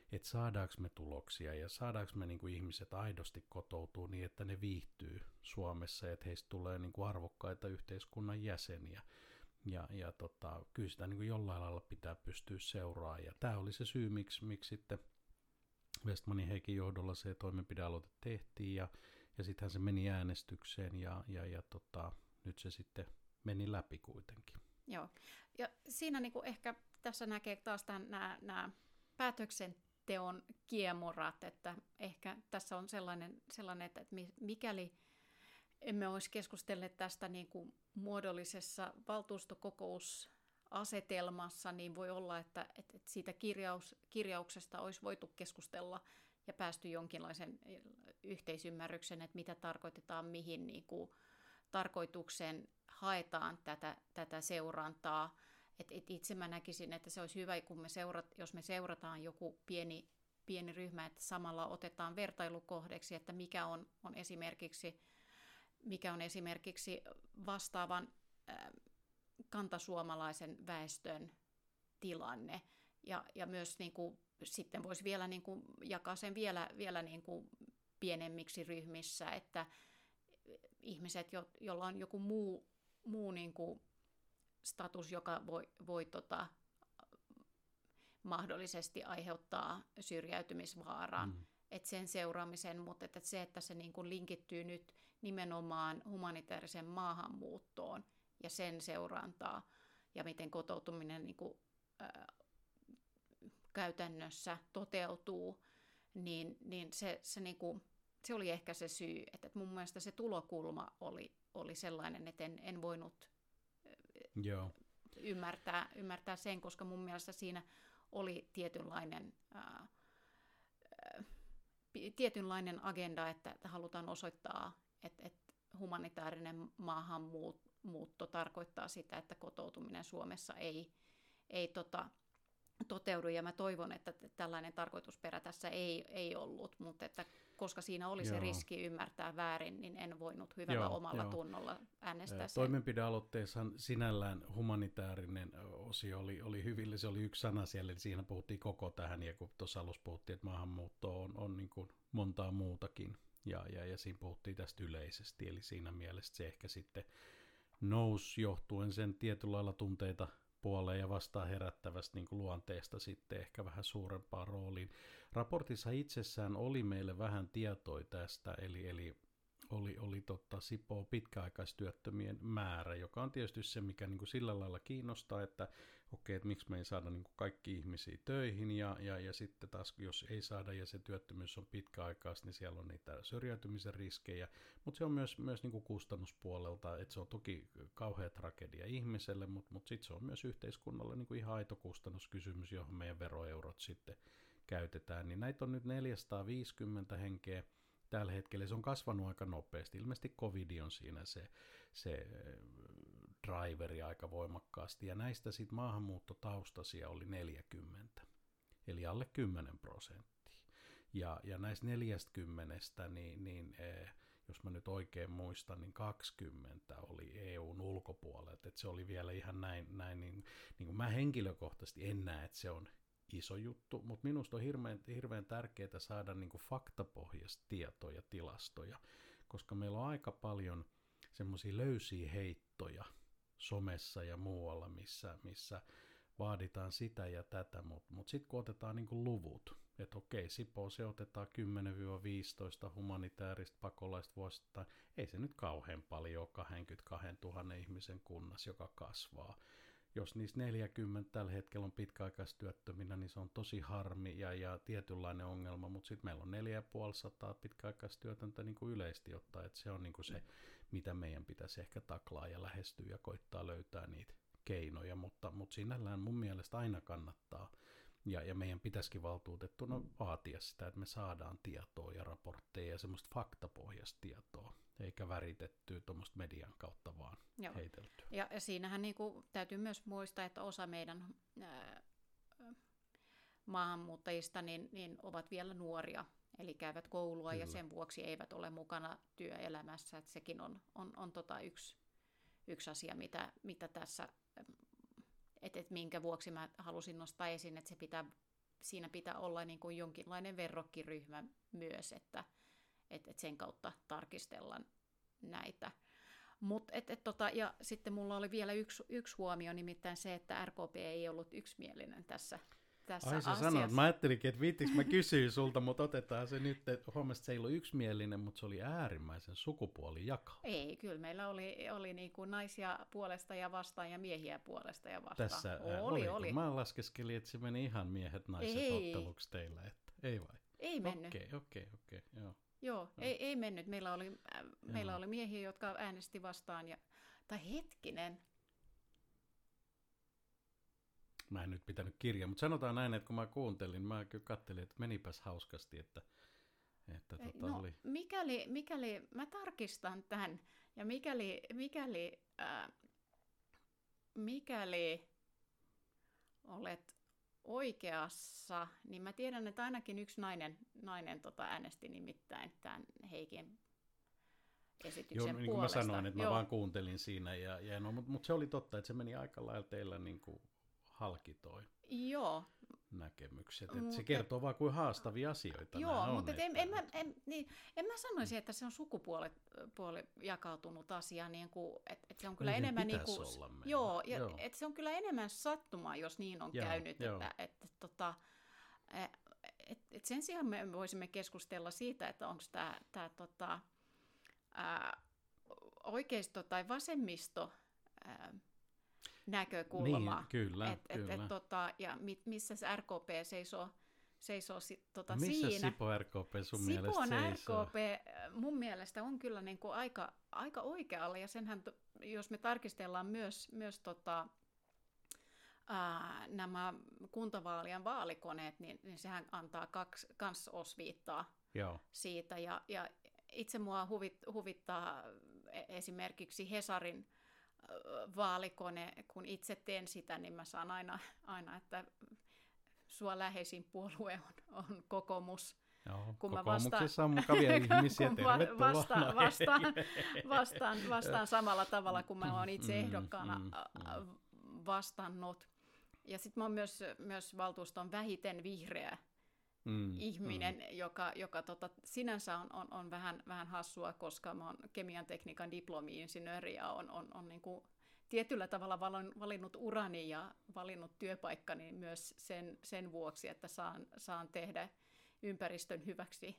että saadaanko me tuloksia ja saadaanko me niin kuin ihmiset aidosti kotoutuu niin, että ne viihtyy Suomessa ja että heistä tulee niin kuin arvokkaita yhteiskunnan jäseniä. Ja, ja tota, kyllä sitä niin kuin jollain lailla pitää pystyä seuraamaan. Ja tämä oli se syy, miksi, miksi sitten Westmanin Heikin johdolla se toimenpidealoite tehtiin ja, ja sittenhän se meni äänestykseen ja, ja, ja tota, nyt se sitten meni läpi kuitenkin. Joo, ja siinä niin kuin ehkä tässä näkee taas nämä, nämä päätöksenteon kiemurat, että ehkä tässä on sellainen, sellainen että mikäli emme olisi keskustelleet tästä niin kuin muodollisessa valtuustokokousasetelmassa, niin voi olla, että, että siitä kirjaus, kirjauksesta olisi voitu keskustella ja päästy jonkinlaisen yhteisymmärryksen, että mitä tarkoitetaan, mihin niin kuin tarkoitukseen haetaan tätä, tätä seurantaa. Et, et itse mä näkisin, että se olisi hyvä, kun me seurat, jos me seurataan joku pieni, pieni ryhmä, että samalla otetaan vertailukohdeksi, että mikä on, on esimerkiksi mikä on esimerkiksi vastaavan äh, kantasuomalaisen väestön tilanne. Ja, ja myös niin kuin, sitten voisi vielä niin kuin, jakaa sen vielä, vielä niin kuin pienemmiksi ryhmissä, että ihmiset, jo, joilla on joku muu, muu niin kuin status, joka voi, voi tota, mahdollisesti aiheuttaa syrjäytymisvaaran, mm. että sen seuraamisen, mutta että se, että se niin kuin linkittyy nyt nimenomaan humanitaariseen maahanmuuttoon ja sen seurantaa ja miten kotoutuminen niin kuin, ää, käytännössä toteutuu, niin, niin, se, se, niin kuin, se oli ehkä se syy, että, että mun mielestä se tulokulma oli, oli sellainen, että en, en voinut Joo. Ymmärtää, ymmärtää sen, koska mun mielestä siinä oli tietynlainen ää, tietynlainen agenda, että halutaan osoittaa, että, että humanitaarinen maahanmuutto tarkoittaa sitä, että kotoutuminen Suomessa ei, ei tota, toteudu. Ja mä toivon, että tällainen tarkoitusperä tässä ei, ei ollut, mutta että koska siinä oli Joo. se riski ymmärtää väärin, niin en voinut hyvällä Joo, omalla jo. tunnolla äänestää sen. Toimenpidealoitteessa sinällään humanitaarinen osio oli, oli hyvin, se oli yksi sana siellä, eli siinä puhuttiin koko tähän, ja kun tuossa alussa puhuttiin, että maahanmuutto on, on niin kuin montaa muutakin, ja, ja, ja siinä puhuttiin tästä yleisesti, eli siinä mielessä se ehkä sitten nousi johtuen sen tietyllä lailla tunteita puoleen ja vastaan herättävästä niin kuin luonteesta sitten ehkä vähän suurempaan rooliin. Raportissa itsessään oli meille vähän tietoa tästä, eli, eli oli, oli totta Sipoo pitkäaikaistyöttömien määrä, joka on tietysti se, mikä niin kuin sillä lailla kiinnostaa, että okei, että miksi me ei saada niin kuin kaikki ihmisiä töihin, ja, ja, ja sitten taas jos ei saada ja se työttömyys on pitkäaikaista, niin siellä on niitä syrjäytymisen riskejä, mutta se on myös, myös niin kuin kustannuspuolelta, että se on toki kauhea tragedia ihmiselle, mutta, mutta sitten se on myös yhteiskunnalle niin kuin ihan aito kustannuskysymys, johon meidän veroeurot sitten käytetään, niin näitä on nyt neljäsataaviisikymmentä henkeä tällä hetkellä. Se on kasvanut aika nopeasti. Ilmeisesti covid on siinä se, se driveri aika voimakkaasti, ja näistä sitten maahanmuuttotaustaisia oli neljäkymmentä, eli alle kymmenen prosenttia. Ja, ja näistä neljästäkymmenestä, niin, niin eh, jos mä nyt oikein muistan, niin kaksikymmentä oli E U:n ulkopuolelta, että se oli vielä ihan näin, näin niin, niin kuin mä henkilökohtaisesti en näe, että se on iso juttu, mutta minusta on hirveän, hirveän tärkeää saada niin kuin faktapohjaista tietoja ja tilastoja, koska meillä on aika paljon semmoisia löysiä heittoja somessa ja muualla, missä, missä vaaditaan sitä ja tätä, mutta mut sitten kun otetaan niin kuin luvut, että okei, Sipoo se otetaan kymmenen viisitoista humanitaarista pakolaista vuosittain, ei se nyt kauhean paljon ole kaksikymmentäkaksituhatta ihmisen kunnassa, joka kasvaa. Jos niistä neljäkymmentä tällä hetkellä on pitkäaikaistyöttöminä, niin se on tosi harmi ja, ja tietynlainen ongelma, mutta sitten meillä on neljätuhatta pitkäaikaistyötöntä niin kuin yleisesti ottaen, että se on niin kuin se, mitä meidän pitäisi ehkä taklaa ja lähestyä ja koittaa löytää niitä keinoja, mutta, mutta sinällään mun mielestä aina kannattaa, ja, ja meidän pitäisikin valtuutettuna vaatia sitä, että me saadaan tietoa ja raportteja ja semmoista faktapohjaista tietoa, eikä väritettyä tuommoista median kautta vaan Joo. heiteltyä. Ja, ja siinähän niin kuin, täytyy myös muistaa, että osa meidän ää, maahanmuuttajista niin, niin ovat vielä nuoria, eli käyvät koulua Kyllä. ja sen vuoksi eivät ole mukana työelämässä. Että sekin on, on, on tota yksi, yksi asia, mitä, mitä tässä, että et minkä vuoksi mä halusin nostaa esiin, että se pitää siinä pitää olla niin kuin jonkinlainen verrokkiryhmä myös, että et, et sen kautta tarkistellaan näitä. Mut, et, et, tota, ja sitten mulla oli vielä yksi, yksi huomio, nimittäin se, että R K P ei ollut yksimielinen tässä, tässä Ai sä asiassa. sanoit, mä ajattelinkin, että viittiinkö mä kysyä sulta, mutta otetaan se nyt, että huomasit, että se ei ollut yksimielinen, mutta se oli äärimmäisen sukupuolijakautunut. Ei, kyllä meillä oli, oli niin kuin naisia puolesta ja vastaan ja miehiä puolesta ja vastaan. Tässä oli, oli. Mä laskeskelin, että se meni ihan miehet naiset ei. otteluksi teillä, että ei vai? Ei mennyt. Okei, okei, okei, joo. Joo, no. ei, ei mennyt. Meillä oli, äh, meillä oli miehiä, jotka äänesti vastaan. Ja, tai hetkinen. Mä en nyt pitänyt kirjaa, mutta sanotaan näin, että kun mä kuuntelin, mä kyllä katselin, että menipäs hauskasti, että, että tota no, oli... mikäli, mikäli, mä tarkistan tämän, ja mikäli, mikäli, äh, mikäli olet oikeassa, niin mä tiedän, että ainakin yksi nainen, nainen tota äänesti nimittäin tämän Heikin esityksen Joo, puolesta. niin kuin mä sanoin, että Joo. mä vaan kuuntelin siinä, ja, ja no, mutta mut se oli totta, että se meni aika lailla teillä niin kuin halki toi Joo. näkemykset. Et Mut se kertoo vaan, kuin haastavia asioita Joo, nämä on. mutta että, en, en, mä, en, niin, en mä sanoisi, että se on sukupuoli puoli jakautunut asia, niin kuin, että, että se on kyllä Niin enemmän niin pitäisi kuin, olla meillä. joo, ja, Joo. että se on kyllä enemmän sattumaa, jos niin on Joo, käynyt, joo. että, että tota, et, et sen sijaan me voisimme keskustella siitä, että onko tämä tää, tota, ää, oikeisto tai vasemmisto ää, näkökulma, Niin, kyllä, et, kyllä. Et, et, tota, ja mit, missä se R K P seisoo, seisoo sit, tota, Missä siinä. Sipo R K P sun Sipon mielestä seisoo? R K P mun mielestä on kyllä niin kuin aika, aika oikealla, ja senhän, jos me tarkistellaan myös, myös tota, ää, nämä kuntavaalien vaalikoneet, niin, niin sehän antaa kaksi, kans osviittaa Joo. siitä, ja, ja itse mua huvit, huvittaa esimerkiksi Hesarin vaalikone, kun itse teen sitä, niin mä saan aina, aina että sua läheisin puolue on, on kokoomus. Joo, kun kokoomuksessa on mukavia ihmisiä, tervetuloa. Vastaan, vastaan, vastaan, vastaan samalla tavalla, kun mä oon itse ehdokkaana mm, mm, vastannut. Ja sitten mä oon myös, myös valtuuston vähiten vihreä mm, ihminen, mm. joka, joka tota, sinänsä on, on, on vähän, vähän hassua, koska mä oon kemian tekniikan diplomi-insinööri ja on, on, on niin kuin tietyllä tavalla valinnut urani ja valinnut työpaikkani myös sen, sen vuoksi, että saan, saan tehdä ympäristön hyväksi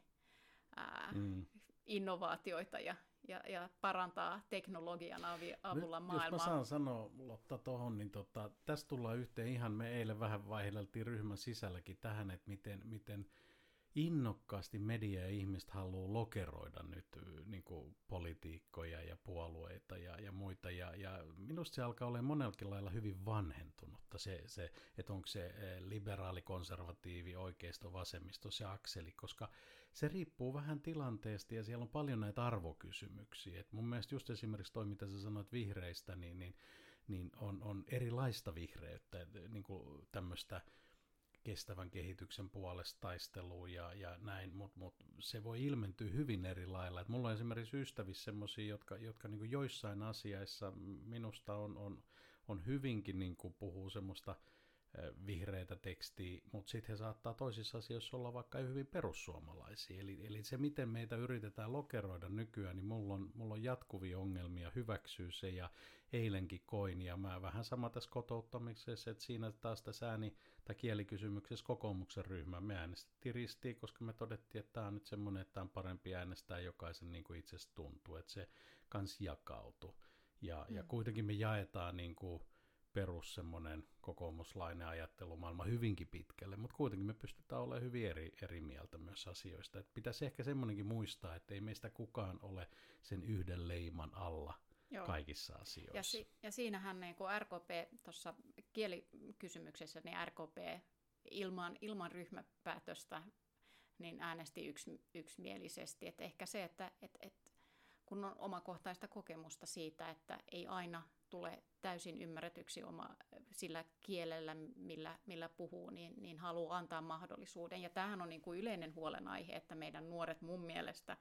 ää, mm. innovaatioita ja, ja, ja parantaa teknologian avulla Nyt, maailmaa. Jos mä saan sanoa, Lotta, tuohon, niin tota, tässä tullaan yhteen ihan, me eilen vähän vaihdeltiin ryhmän sisälläkin tähän, että miten, miten innokkaasti media ja ihmiset haluaa lokeroida nyt niin kuin politiikkoja ja puolueita ja, ja muita, ja, ja minusta se alkaa olla monellakin lailla hyvin vanhentunutta, se, se, että onko se liberaali, konservatiivi, oikeisto, vasemmisto, se akseli, koska se riippuu vähän tilanteesta ja siellä on paljon näitä arvokysymyksiä. Et mun mielestä just esimerkiksi toi, mitä sä sanoit vihreistä, niin, niin, niin on, on erilaista vihreyttä, niin kuin tämmöistä kestävän kehityksen puolesta taistelua ja, ja näin, mutta mut se voi ilmentyä hyvin eri lailla. Et mulla on esimerkiksi ystävissä semmoisia, jotka, jotka niinku joissain asiaissa minusta on, on, on hyvinkin niinku puhuu semmoista vihreätä tekstiä, mutta sitten he saattaa toisissa asioissa olla vaikka hyvin perussuomalaisia. Eli, eli se, miten meitä yritetään lokeroida nykyään, niin mulla on, mulla on jatkuvia ongelmia hyväksyä se, ja eilenkin koin, ja mä vähän sama tässä kotouttamisessa, että siinä taas tässä ääni- tai kielikysymyksessä kokoomuksen ryhmä, me äänestettiin ristiin, koska me todettiin, että tämä on nyt semmoinen, että tämä on parempi äänestää jokaisen niin kuin itsestä tuntuu, että se kans jakautui. Ja, mm. ja kuitenkin me jaetaan niin kuin perus semmoinen kokoomuslainen ajattelumaailma hyvinkin pitkälle, mutta kuitenkin me pystytään olemaan hyvin eri, eri mieltä myös asioista. Et pitäisi ehkä semmoinenkin muistaa, että ei meistä kukaan ole sen yhden leiman alla Joo. kaikissa asioissa. Ja, si- ja siinähän niin kuin R K P tuossa kielikysymyksessä, niin R K P ilman, ilman ryhmäpäätöstä niin äänesti yks, yksimielisesti. Et ehkä se, että et, et, kun on omakohtaista kokemusta siitä, että ei aina tule täysin ymmärretyksi oma, sillä kielellä, millä, millä puhuu, niin, niin haluaa antaa mahdollisuuden. Ja tämähän on niin kuin yleinen huolenaihe, että meidän nuoret mun mielestä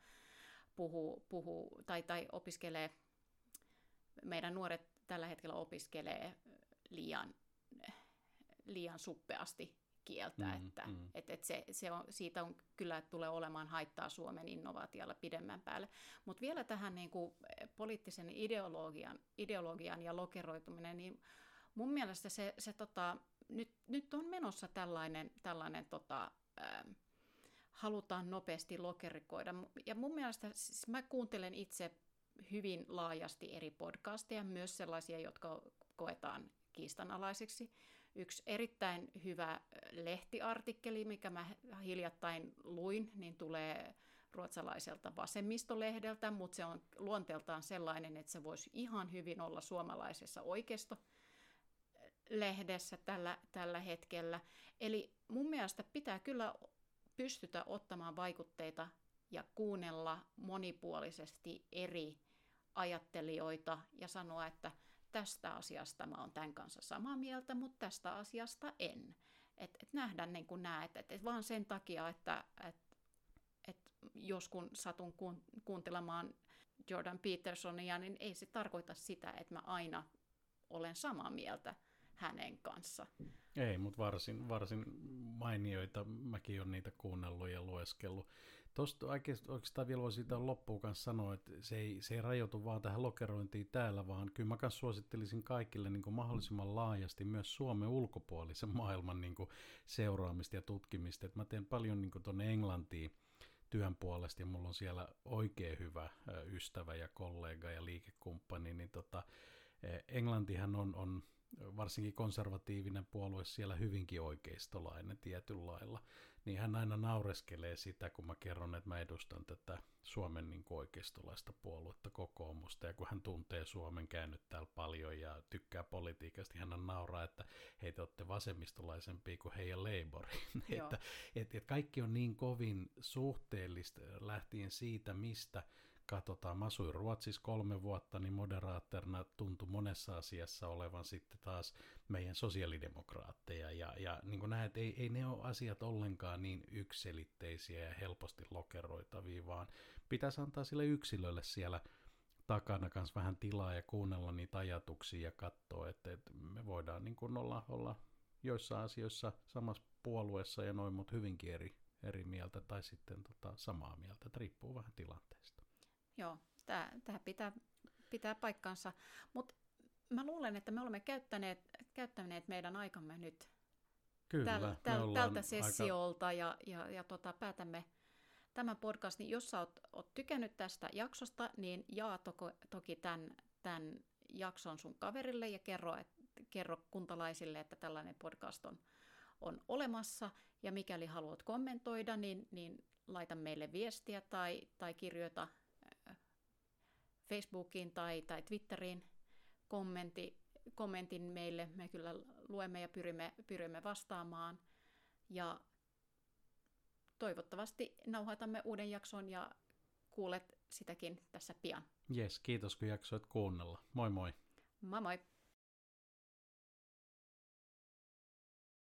puhuu, puhuu tai, tai opiskelee, meidän nuoret tällä hetkellä opiskelee liian, liian suppeasti kieltä, mm, että mm. Et, et se, se on, siitä on kyllä tulee olemaan haittaa Suomen innovaatiolla pidemmän päälle. Mutta vielä tähän niin kuin poliittisen ideologian, ideologian ja lokeroituminen, niin mun mielestä se, se tota, nyt, nyt on menossa tällainen, tällainen tota, ää, halutaan nopeasti lokerikoida. Ja mun mielestä siis mä kuuntelen itse hyvin laajasti eri podcasteja, myös sellaisia, jotka koetaan kiistanalaiseksi. Yksi erittäin hyvä lehtiartikkeli, mikä mä hiljattain luin, niin tulee ruotsalaiselta vasemmistolehdeltä, mutta se on luonteeltaan sellainen, että se voisi ihan hyvin olla suomalaisessa oikeistolehdessä tällä, tällä hetkellä. Eli mun mielestä pitää kyllä pystytä ottamaan vaikutteita ja kuunnella monipuolisesti eri ajattelijoita ja sanoa, että tästä asiasta mä oon tämän kanssa samaa mieltä, mutta tästä asiasta en. Et, et nähdä niin kuin näet, että et vaan sen takia, että et, et jos kun satun kuuntelemaan Jordan Petersonia, niin ei se tarkoita sitä, että mä aina olen samaa mieltä hänen kanssa. Ei, mutta varsin, varsin mainioita. Mäkin olen niitä kuunnellut ja lueskellut. Tuosta oikeastaan vielä voisi siitä loppuun kanssa sanoa, että se ei, se ei rajoitu vaan tähän lokerointiin täällä, vaan kyllä mä kanssa suosittelisin kaikille niin kuin mahdollisimman laajasti myös Suomen ulkopuolisen maailman niin kuin seuraamista ja tutkimista. Et mä teen paljon niin kuin tuonne Englantiin työn puolesta ja mulla on siellä oikein hyvä ystävä ja kollega ja liikekumppani, niin tota, Englantihan on, on varsinkin konservatiivinen puolue siellä hyvinkin oikeistolainen tietyllä lailla, niin hän aina naureskelee sitä, kun mä kerron, että mä edustan tätä Suomen niin kuin oikeistolaista puoluetta, kokoomusta, ja kun hän tuntee Suomen, käynyt täällä paljon ja tykkää politiikasta, niin hän nauraa, että hei, te olette vasemmistolaisempia kuin heidän Labour. että et, et kaikki on niin kovin suhteellista lähtien siitä, mistä katsotaan. Mä asuin Ruotsissa kolme vuotta, niin moderaattorina tuntui monessa asiassa olevan sitten taas meidän sosiaalidemokraatteja. Ja, ja niin kuin näet, ei, ei ne ole asiat ollenkaan niin yksiselitteisiä ja helposti lokeroitavia, vaan pitäisi antaa sille yksilölle siellä takana kanssa vähän tilaa ja kuunnella niitä ajatuksia ja katsoa, että, että me voidaan niin kuin olla, olla joissain asioissa samassa puolueessa ja noin, mutta hyvinkin eri, eri mieltä tai sitten tota, samaa mieltä, että riippuu vähän tilanteesta. Joo, tämä pitää, pitää paikkansa, mutta mä luulen, että me olemme käyttäneet, käyttäneet meidän aikamme nyt Kyllä, täl, täl, tältä sessiolta aika... ja, ja, ja tota, päätämme tämän podcastin. Jos sä oot, oot tykännyt tästä jaksosta, niin jaa toko, toki tämän, tämän jakson sun kaverille ja kerro, et, kerro kuntalaisille, että tällainen podcast on, on olemassa. Ja mikäli haluat kommentoida, niin, niin laita meille viestiä tai, tai kirjoita Facebookiin tai, tai Twitteriin kommentti, kommentin meille. Me kyllä luemme ja pyrimme, pyrimme vastaamaan. Ja toivottavasti nauhoitamme uuden jakson ja kuulet sitäkin tässä pian. Jes, kiitos kun jaksoit kuunnella. Moi moi. Moi moi.